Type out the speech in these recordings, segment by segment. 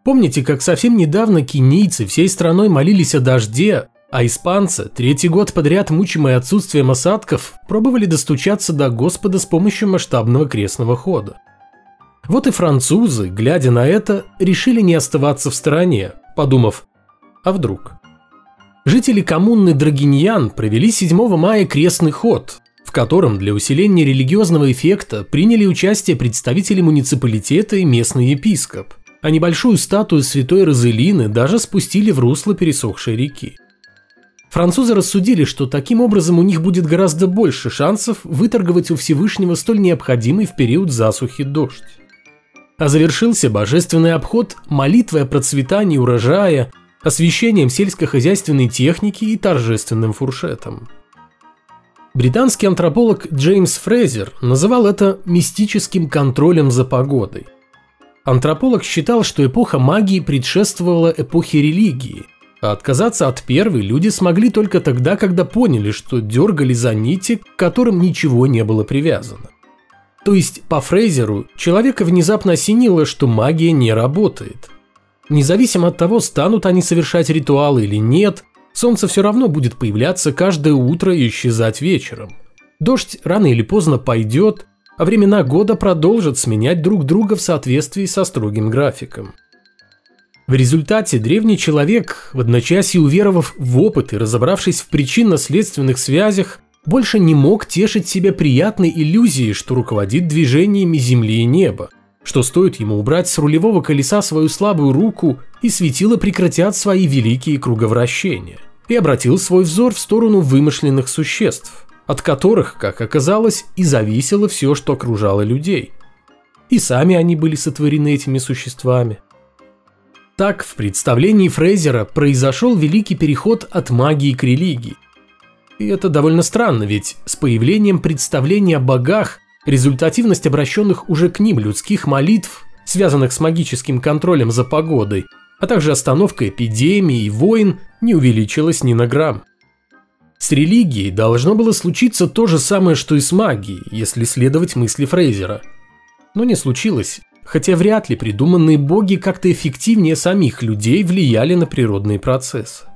Помните, как совсем недавно кенийцы всей страной молились о дожде, а испанцы, 3-й год подряд мучимые отсутствием осадков, пробовали достучаться до Господа с помощью масштабного крестного хода? Вот и французы, глядя на это, решили не оставаться в стороне, подумав: а вдруг? Жители коммуны Драгиньян провели 7 мая крестный ход, в котором для усиления религиозного эффекта приняли участие представители муниципалитета и местный епископ, а небольшую статую святой Розелины даже спустили в русло пересохшей реки. Французы рассудили, что таким образом у них будет гораздо больше шансов выторговать у Всевышнего столь необходимый в период засухи дождь. А завершился божественный обход молитвой о процветании урожая, освящением сельскохозяйственной техники и торжественным фуршетом. Британский антрополог Джеймс Фрейзер называл это мистическим контролем за погодой. Антрополог считал, что эпоха магии предшествовала эпохе религии, а отказаться от первой люди смогли только тогда, когда поняли, что дергали за нити, к которым ничего не было привязано. То есть, по Фрейзеру, человека внезапно осенило, что магия не работает. Независимо от того, станут они совершать ритуалы или нет, солнце все равно будет появляться каждое утро и исчезать вечером. Дождь рано или поздно пойдет, а времена года продолжат сменять друг друга в соответствии со строгим графиком. В результате древний человек, в одночасье уверовав в опыт и разобравшись в причинно-следственных связях, больше не мог тешить себя приятной иллюзией, что руководит движениями земли и неба, что стоит ему убрать с рулевого колеса свою слабую руку, и светила прекратят свои великие круговращения, и обратил свой взор в сторону вымышленных существ, от которых, как оказалось, и зависело все, что окружало людей. И сами они были сотворены этими существами. Так, в представлении Фрейзера произошел великий переход от магии к религии. И это довольно странно, ведь с появлением представления о богах результативность обращенных уже к ним людских молитв, связанных с магическим контролем за погодой, а также остановкой эпидемий и войн, не увеличилась ни на грамм. С религией должно было случиться то же самое, что и с магией, если следовать мысли Фрейзера. Но не случилось, хотя вряд ли придуманные боги как-то эффективнее самих людей влияли на природные процессы.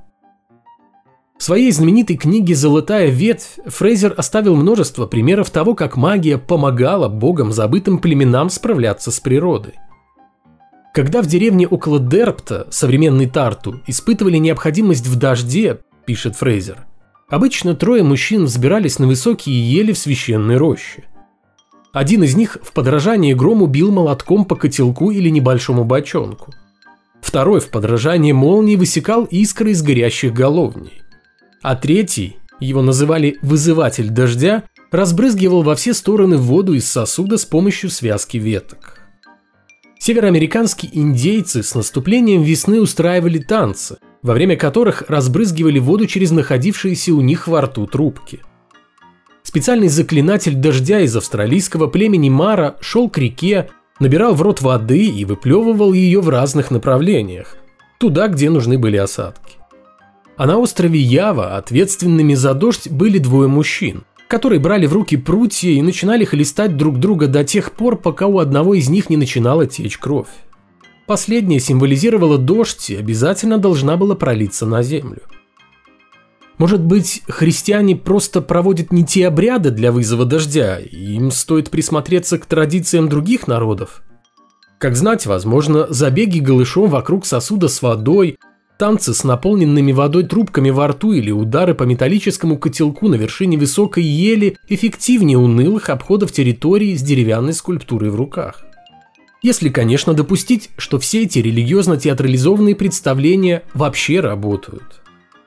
В своей знаменитой книге «Золотая ветвь» Фрейзер оставил множество примеров того, как магия помогала богам забытым племенам справляться с природой. Когда в деревне около Дерпта, современный Тарту, испытывали необходимость в дожде, пишет Фрейзер, обычно 3 мужчин взбирались на высокие ели в священной роще. Один из них в подражание грому бил молотком по котелку или небольшому бочонку. Второй в подражание молнии высекал искры из горящих головней. А третий, его называли «вызыватель дождя», разбрызгивал во все стороны воду из сосуда с помощью связки веток. Североамериканские индейцы с наступлением весны устраивали танцы, во время которых разбрызгивали воду через находившиеся у них во рту трубки. Специальный заклинатель дождя из австралийского племени Мара шел к реке, набирал в рот воды и выплевывал ее в разных направлениях, туда, где нужны были осадки. А на острове Ява ответственными за дождь были 2 мужчин, которые брали в руки прутья и начинали хлестать друг друга до тех пор, пока у одного из них не начинала течь кровь. Последняя символизировала дождь и обязательно должна была пролиться на землю. Может быть, христиане просто проводят не те обряды для вызова дождя, и им стоит присмотреться к традициям других народов? Как знать, возможно, забеги голышом вокруг сосуда с водой, танцы с наполненными водой трубками во рту или удары по металлическому котелку на вершине высокой ели эффективнее унылых обходов территории с деревянной скульптурой в руках. Если, конечно, допустить, что все эти религиозно-театрализованные представления вообще работают.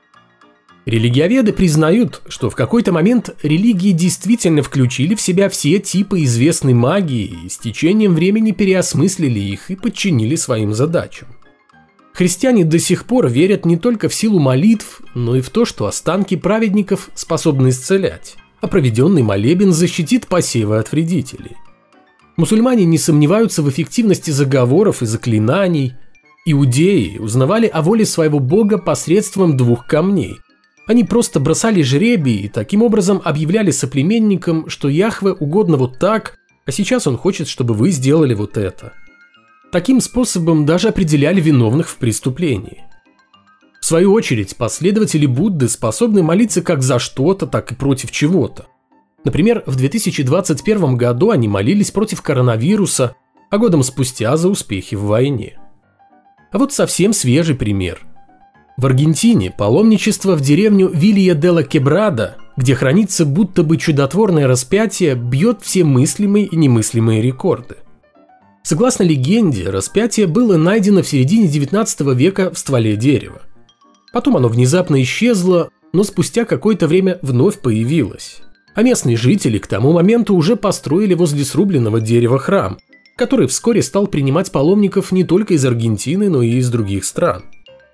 Религиоведы признают, что в какой-то момент религии действительно включили в себя все типы известной магии и с течением времени переосмыслили их и подчинили своим задачам. Христиане до сих пор верят не только в силу молитв, но и в то, что останки праведников способны исцелять, а проведенный молебен защитит посевы от вредителей. Мусульмане не сомневаются в эффективности заговоров и заклинаний. Иудеи узнавали о воле своего бога посредством 2 камней. Они просто бросали жребий и таким образом объявляли соплеменникам, что Яхве угодно вот так, а сейчас он хочет, чтобы вы сделали вот это. Таким способом даже определяли виновных в преступлении. В свою очередь, последователи Будды способны молиться как за что-то, так и против чего-то. Например, в 2021 году они молились против коронавируса, а годом спустя за успехи в войне. А вот совсем свежий пример. В Аргентине паломничество в деревню Вилья-де-ла-Кебрада, где хранится будто бы чудотворное распятие, бьет все мыслимые и немыслимые рекорды. Согласно легенде, распятие было найдено в середине 19 века в стволе дерева. Потом оно внезапно исчезло, но спустя какое-то время вновь появилось. А местные жители к тому моменту уже построили возле срубленного дерева храм, который вскоре стал принимать паломников не только из Аргентины, но и из других стран.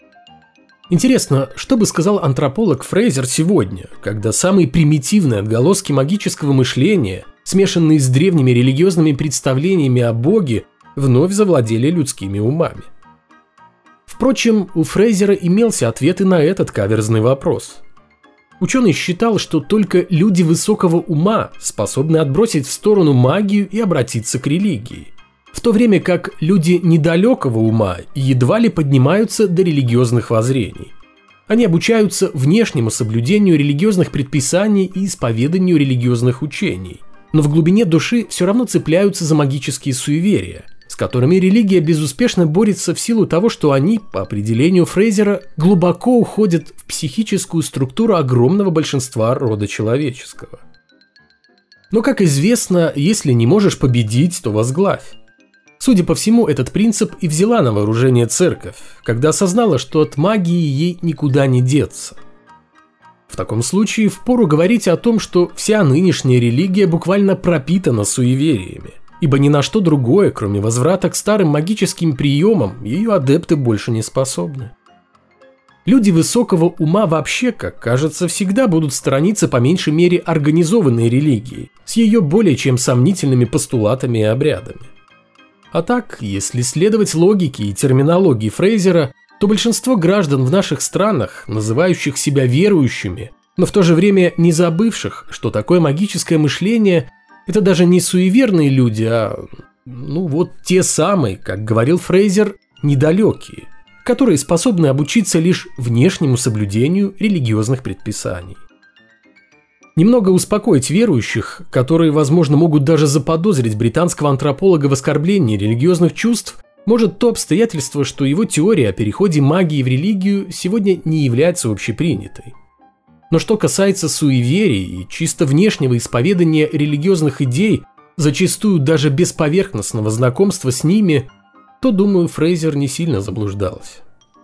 Интересно, что бы сказал антрополог Фрейзер сегодня, когда самые примитивные отголоски магического мышления, смешанные с древними религиозными представлениями о Боге, вновь завладели людскими умами? Впрочем, у Фрейзера имелся ответ и на этот каверзный вопрос. Ученый считал, что только люди высокого ума способны отбросить в сторону магию и обратиться к религии, в то время как люди недалекого ума едва ли поднимаются до религиозных воззрений. Они обучаются внешнему соблюдению религиозных предписаний и исповеданию религиозных учений, но в глубине души все равно цепляются за магические суеверия, с которыми религия безуспешно борется в силу того, что они, по определению Фрейзера, глубоко уходят в психическую структуру огромного большинства рода человеческого. Но, как известно, если не можешь победить, то возглавь. Судя по всему, этот принцип и взяла на вооружение церковь, когда осознала, что от магии ей никуда не деться. В таком случае впору говорить о том, что вся нынешняя религия буквально пропитана суевериями, ибо ни на что другое, кроме возврата к старым магическим приемам, ее адепты больше не способны. Люди высокого ума вообще, как кажется, всегда будут сторониться по меньшей мере организованной религии, с ее более чем сомнительными постулатами и обрядами. А так, если следовать логике и терминологии Фрейзера, то большинство граждан в наших странах, называющих себя верующими, но в то же время не забывших, что такое магическое мышление, это даже не суеверные люди, а, вот те самые, как говорил Фрейзер, недалекие, которые способны обучиться лишь внешнему соблюдению религиозных предписаний. Немного успокоить верующих, которые, возможно, могут даже заподозрить британского антрополога в оскорблении религиозных чувств, может то обстоятельство, что его теория о переходе магии в религию сегодня не является общепринятой. Но что касается суеверий и чисто внешнего исповедания религиозных идей, зачастую даже без поверхностного знакомства с ними, то, думаю, Фрейзер не сильно заблуждалась.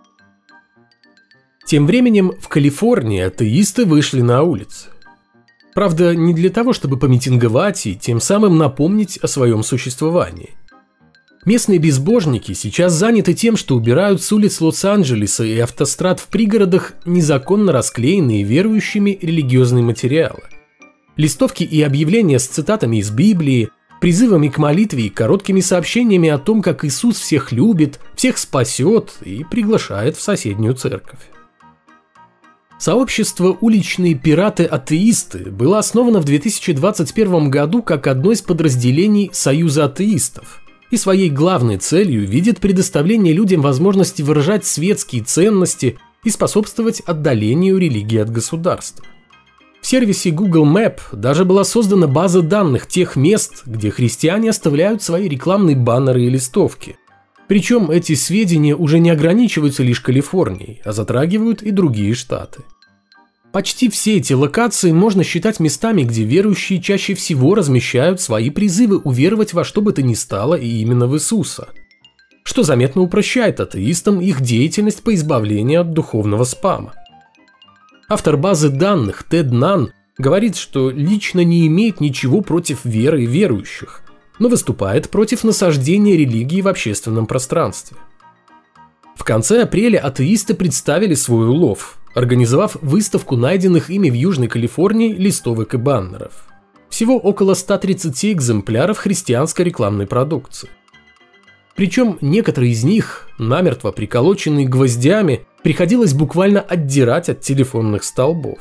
Тем временем в Калифорнии атеисты вышли на улицы. Правда, не для того, чтобы помитинговать и тем самым напомнить о своем существовании. Местные безбожники сейчас заняты тем, что убирают с улиц Лос-Анджелеса и автострад в пригородах незаконно расклеенные верующими религиозные материалы. Листовки и объявления с цитатами из Библии, призывами к молитве и короткими сообщениями о том, как Иисус всех любит, всех спасет и приглашает в соседнюю церковь. Сообщество «Уличные пираты-атеисты» было основано в 2021 году как одно из подразделений Союза атеистов и своей главной целью видит предоставление людям возможности выражать светские ценности и способствовать отдалению религии от государства. В сервисе Google Map даже была создана база данных тех мест, где христиане оставляют свои рекламные баннеры и листовки. Причем эти сведения уже не ограничиваются лишь Калифорнией, а затрагивают и другие штаты. Почти все эти локации можно считать местами, где верующие чаще всего размещают свои призывы уверовать во что бы то ни стало и именно в Иисуса, что заметно упрощает атеистам их деятельность по избавлению от духовного спама. Автор базы данных Тед Нан говорит, что лично не имеет ничего против веры и верующих, но выступает против насаждения религии в общественном пространстве. В конце апреля атеисты представили свой улов, организовав выставку найденных ими в Южной Калифорнии листовок и баннеров. Всего около 130 экземпляров христианской рекламной продукции. Причем некоторые из них, намертво приколоченные гвоздями, приходилось буквально отдирать от телефонных столбов.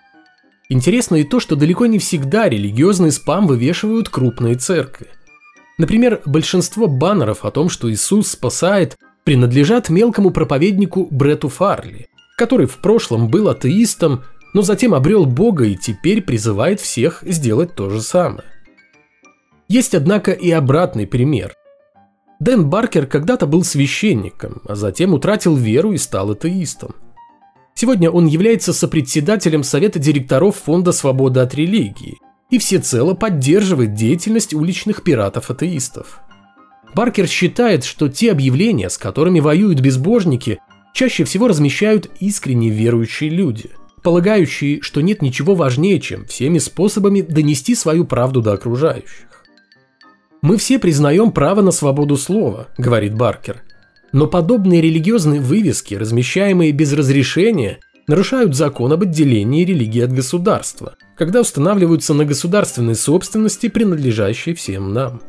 Интересно и то, что далеко не всегда религиозный спам вывешивают крупные церкви. Например, большинство баннеров о том, что Иисус спасает, принадлежат мелкому проповеднику Бретту Фарли, который в прошлом был атеистом, но затем обрел Бога и теперь призывает всех сделать то же самое. Есть, однако, и обратный пример. Дэн Баркер когда-то был священником, а затем утратил веру и стал атеистом. Сегодня он является сопредседателем Совета директоров Фонда свободы от религии и всецело поддерживает деятельность уличных пиратов-атеистов. Баркер считает, что те объявления, с которыми воюют безбожники, чаще всего размещают искренне верующие люди, полагающие, что нет ничего важнее, чем всеми способами донести свою правду до окружающих. «Мы все признаем право на свободу слова», – говорит Баркер, но подобные религиозные вывески, размещаемые без разрешения, нарушают закон об отделении религии от государства, когда устанавливаются на государственной собственности, принадлежащей всем нам.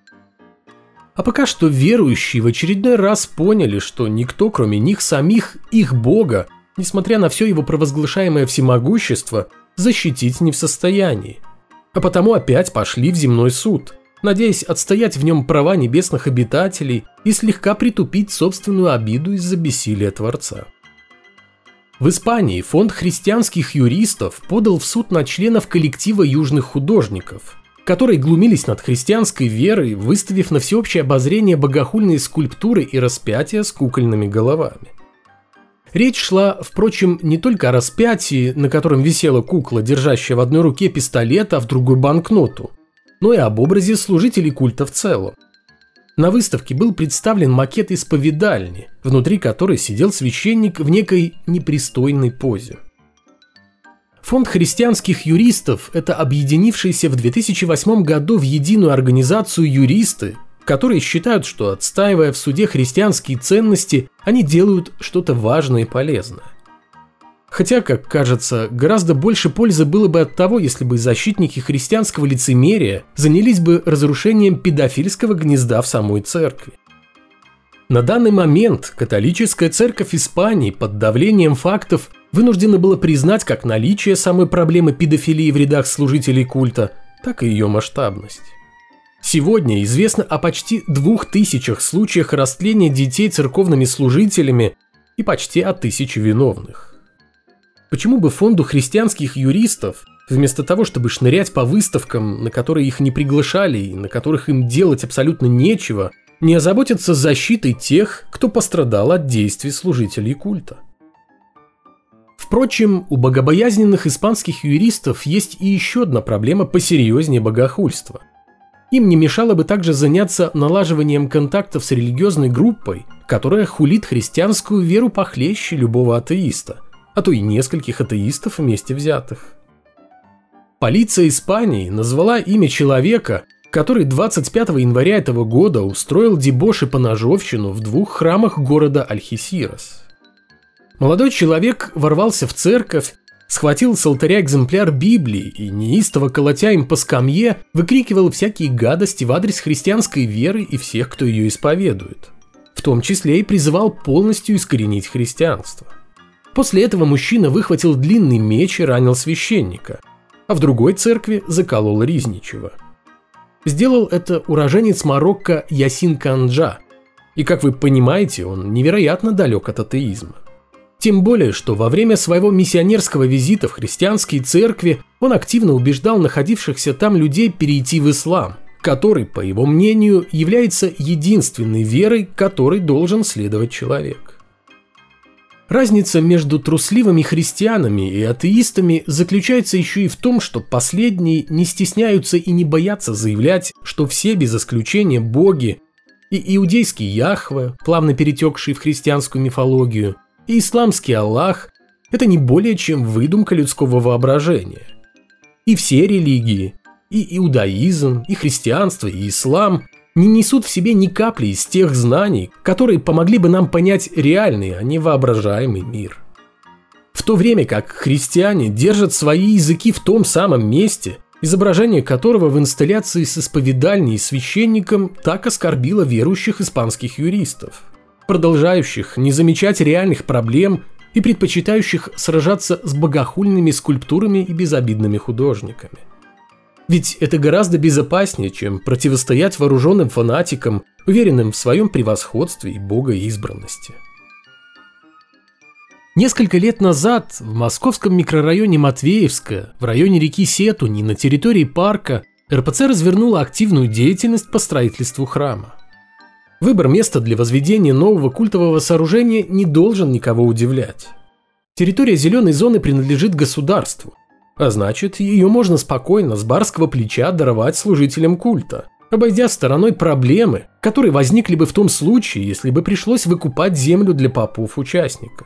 А пока что верующие в очередной раз поняли, что никто, кроме них самих, их Бога, несмотря на все его провозглашаемое всемогущество, защитить не в состоянии. А потому опять пошли в земной суд, надеясь отстоять в нем права небесных обитателей и слегка притупить собственную обиду из-за бессилия Творца. В Испании фонд христианских юристов подал в суд на членов коллектива южных художников, которые глумились над христианской верой, выставив на всеобщее обозрение богохульные скульптуры и распятия с кукольными головами. Речь шла, впрочем, не только о распятии, на котором висела кукла, держащая в одной руке пистолет, а в другой банкноту, но и об образе служителей культа в целом. На выставке был представлен макет исповедальни, внутри которой сидел священник в некой непристойной позе. Фонд христианских юристов – это объединившиеся в 2008 году в единую организацию юристы, которые считают, что, отстаивая в суде христианские ценности, они делают что-то важное и полезное. Хотя, как кажется, гораздо больше пользы было бы от того, если бы защитники христианского лицемерия занялись бы разрушением педофильского гнезда в самой церкви. На данный момент католическая церковь Испании под давлением фактов вынуждена была признать как наличие самой проблемы педофилии в рядах служителей культа, так и ее масштабность. Сегодня известно о почти 2000 случаях растления детей церковными служителями и почти о 1000 виновных. Почему бы фонду христианских юристов, вместо того, чтобы шнырять по выставкам, на которые их не приглашали и на которых им делать абсолютно нечего, не озаботиться защитой тех, кто пострадал от действий служителей культа? Впрочем, у богобоязненных испанских юристов есть и еще одна проблема посерьезнее богохульства. Им не мешало бы также заняться налаживанием контактов с религиозной группой, которая хулит христианскую веру похлеще любого атеиста, а то и нескольких атеистов вместе взятых. Полиция Испании назвала имя человека, который 25 января этого года устроил дебош и поножовщину в 2 храмах города Альхесирас. Молодой человек ворвался в церковь, схватил с алтаря экземпляр Библии и, неистово колотя им по скамье, выкрикивал всякие гадости в адрес христианской веры и всех, кто ее исповедует. В том числе и призывал полностью искоренить христианство. После этого мужчина выхватил длинный меч и ранил священника, а в другой церкви заколол Ризничева. Сделал это уроженец Марокко Ясин Канджа, и, как вы понимаете, он невероятно далек от атеизма. Тем более, что во время своего миссионерского визита в христианские церкви он активно убеждал находившихся там людей перейти в ислам, который, по его мнению, является единственной верой, которой должен следовать человек. Разница между трусливыми христианами и атеистами заключается еще и в том, что последние не стесняются и не боятся заявлять, что все без исключения боги, и иудейский Яхве, плавно перетекший в христианскую мифологию, и исламский Аллах – это не более чем выдумка людского воображения. И все религии, и иудаизм, и христианство, и ислам не несут в себе ни капли из тех знаний, которые помогли бы нам понять реальный, а не воображаемый мир. В то время как христиане держат свои языки в том самом месте, изображение которого в инсталляции с исповедальней и священником так оскорбило верующих испанских юристов, продолжающих не замечать реальных проблем и предпочитающих сражаться с богохульными скульптурами и безобидными художниками. Ведь это гораздо безопаснее, чем противостоять вооруженным фанатикам, уверенным в своем превосходстве и богоизбранности. Несколько лет назад в московском микрорайоне Матвеевское, в районе реки Сетунь и на территории парка РПЦ развернула активную деятельность по строительству храма. Выбор места для возведения нового культового сооружения не должен никого удивлять. Территория зеленой зоны принадлежит государству, а значит, ее можно спокойно с барского плеча даровать служителям культа, обойдя стороной проблемы, которые возникли бы в том случае, если бы пришлось выкупать землю для попов-участника.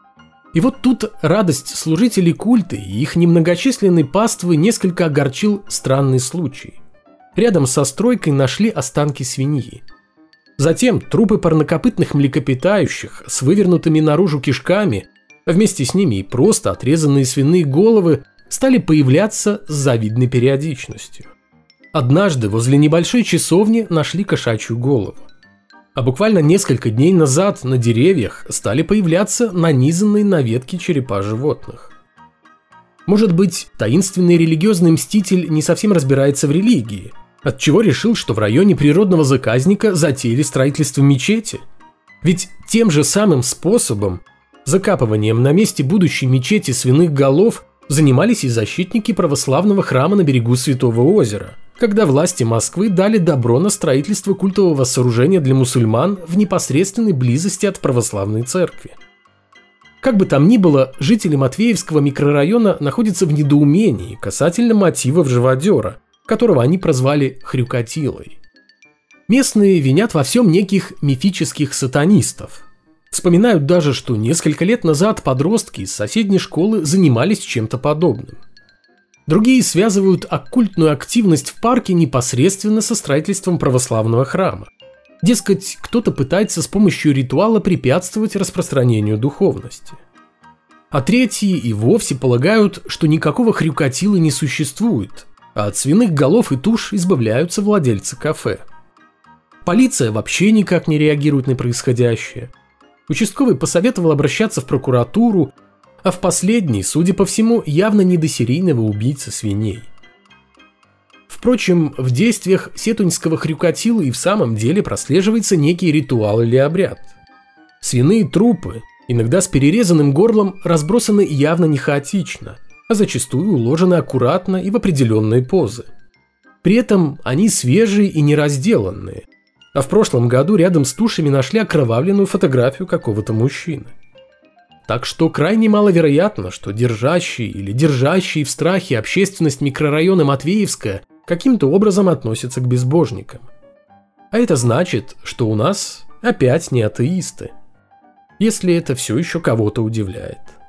И вот тут радость служителей культа и их немногочисленной паствы несколько огорчил странный случай. Рядом со стройкой нашли останки свиньи. Затем трупы парнокопытных млекопитающих с вывернутыми наружу кишками, а вместе с ними и просто отрезанные свиные головы, стали появляться с завидной периодичностью. Однажды возле небольшой часовни нашли кошачью голову. А буквально несколько дней назад на деревьях стали появляться нанизанные на ветки черепа животных. Может быть, таинственный религиозный мститель не совсем разбирается в религии, отчего решил, что в районе природного заказника затеяли строительство мечети? Ведь тем же самым способом, закапыванием на месте будущей мечети свиных голов, занимались и защитники православного храма на берегу Святого озера, когда власти Москвы дали добро на строительство культового сооружения для мусульман в непосредственной близости от православной церкви. Как бы там ни было, жители Матвеевского микрорайона находятся в недоумении касательно мотивов живодера, которого они прозвали Хрюкотилой. Местные винят во всем неких мифических сатанистов. Вспоминают даже, что несколько лет назад подростки из соседней школы занимались чем-то подобным. Другие связывают оккультную активность в парке непосредственно со строительством православного храма. Дескать, кто-то пытается с помощью ритуала препятствовать распространению духовности. А третьи и вовсе полагают, что никакого хрюкотила не существует, а от свиных голов и туш избавляются владельцы кафе. Полиция вообще никак не реагирует на происходящее. Участковый посоветовал обращаться в прокуратуру, а в последней, судя по всему, явно не до серийного убийцы свиней. Впрочем, в действиях сетуньского хрюкотила и в самом деле прослеживается некий ритуал или обряд. Свиные трупы, иногда с перерезанным горлом, разбросаны явно не хаотично, а зачастую уложены аккуратно и в определенные позы. При этом они свежие и неразделанные, а в прошлом году рядом с тушами нашли окровавленную фотографию какого-то мужчины. Так что крайне маловероятно, что держащие в страхе общественность микрорайона Матвеевская каким-то образом относятся к безбожникам. А это значит, что у нас опять не атеисты. Если это все еще кого-то удивляет.